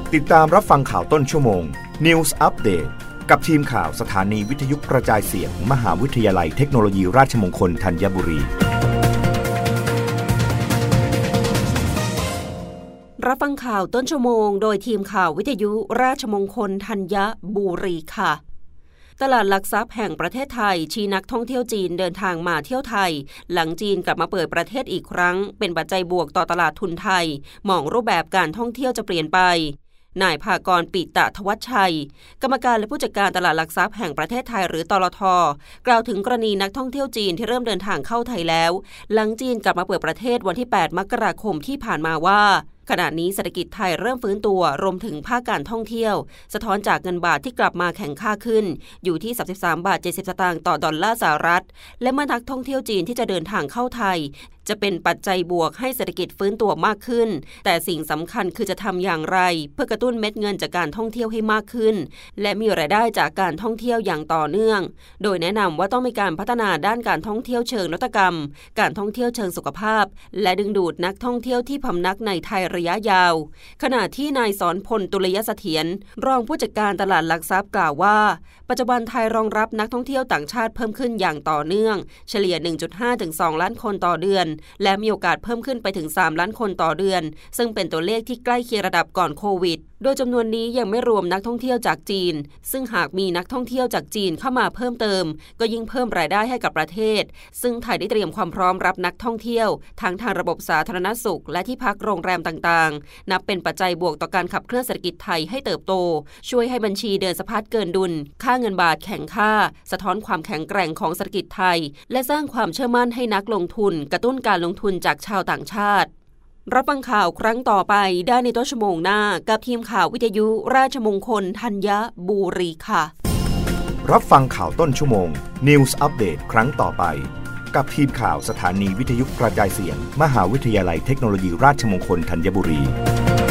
ติดตามรับฟังข่าวต้นชั่วโมง News Update กับทีมข่าวสถานีวิทยุกระจายเสียง มหาวิทยาลัยเทคโนโลยีราชมงคลธัญบุรีรับฟังข่าวต้นชั่วโมงโดยทีมข่าววิทยุราชมงคลธัญบุรีค่ะตลาดหลักทรัพย์แห่งประเทศไทยชี้นักท่องเที่ยวจีนเดินทางมาเที่ยวไทยหลังจีนกลับมาเปิดประเทศอีกครั้งเป็นปัจจัยบวกต่อตลาดทุนไทยมองรูปแบบการท่องเที่ยวจะเปลี่ยนไปนายภากร ปิตะทวัชชัยกรรมการและผู้จัดการตลาดหลักทรัพย์แห่งประเทศไทยหรือตลท.กล่าวถึงกรณีนักท่องเที่ยวจีนที่เริ่มเดินทางเข้าไทยแล้วหลังจีนกลับมาเปิดประเทศวันที่8 มกราคมที่ผ่านมาว่าขณะนี้เศรษฐกิจไทยเริ่มฟื้นตัวรวมถึงภาคการท่องเที่ยวสะท้อนจากเงินบาทที่กลับมาแข็งค่าขึ้นอยู่ที่ 33.70 สตางค์ต่อดอลลาร์สหรัฐและเมื่อนักท่องเที่ยวจีนที่จะเดินทางเข้าไทยจะเป็นปัจจัยบวกให้เศรษฐกิจฟื้นตัวมากขึ้นแต่สิ่งสำคัญคือจะทำอย่างไรเพื่อกระตุ้นเม็ดเงินจากการท่องเที่ยวให้มากขึ้นและมีรายได้จากการท่องเที่ยวอย่างต่อเนื่องโดยแนะนำว่าต้องมีการพัฒนาด้านการท่องเที่ยวเชิงนวัตกรรมการท่องเที่ยวเชิงสุขภาพและดึงดูดนักท่องเที่ยวที่พำนักในไทยระยะยาวขณะที่นายสอนพลตุลยเสถียรรองผู้จัดการตลาดหลักทรัพย์กล่าวว่าปัจจุบันไทยรองรับนักท่องเที่ยวต่างชาติเพิ่มขึ้นอย่างต่อเนื่องเฉลี่ย 1.5 ถึง 2 ล้านคนต่อเดือนและมีโอกาสเพิ่มขึ้นไปถึง3 ล้านคนต่อเดือนซึ่งเป็นตัวเลขที่ใกล้เคียงระดับก่อนโควิดโดยจำนวนนี้ยังไม่รวมนักท่องเที่ยวจากจีนซึ่งหากมีนักท่องเที่ยวจากจีนเข้ามาเพิ่มเติมก็ยิ่งเพิ่มรายได้ให้กับประเทศซึ่งไทยได้เตรียมความพร้อมรับนักท่องเที่ยวทั้งทางระบบสาธารณสุขและที่พักโรงแรมต่างๆนับเป็นปัจจัยบวกต่อการขับเคลื่อนเศรษฐกิจไทยให้เติบโตช่วยให้บัญชีเดินสะพัดเกินดุลค่าเงินบาทแข็งค่าสะท้อนความแข็งแกร่งของเศรษฐกิจไทยและสร้างความเชื่อมั่นให้นักลงทุนกระตุ้นการลงทุนจากชาวต่างชาติรับฟังข่าวครั้งต่อไปได้ในต้นชั่วโมงหน้ากับทีมข่าววิทยุราชมงคลธัญบุรีค่ะรับฟังข่าวต้นชั่วโมง News Update ครั้งต่อไปกับทีมข่าวสถานีวิทยุกระจายเสียง มหาวิทยาลัยเทคโนโลยีราชมงคลธัญบุรี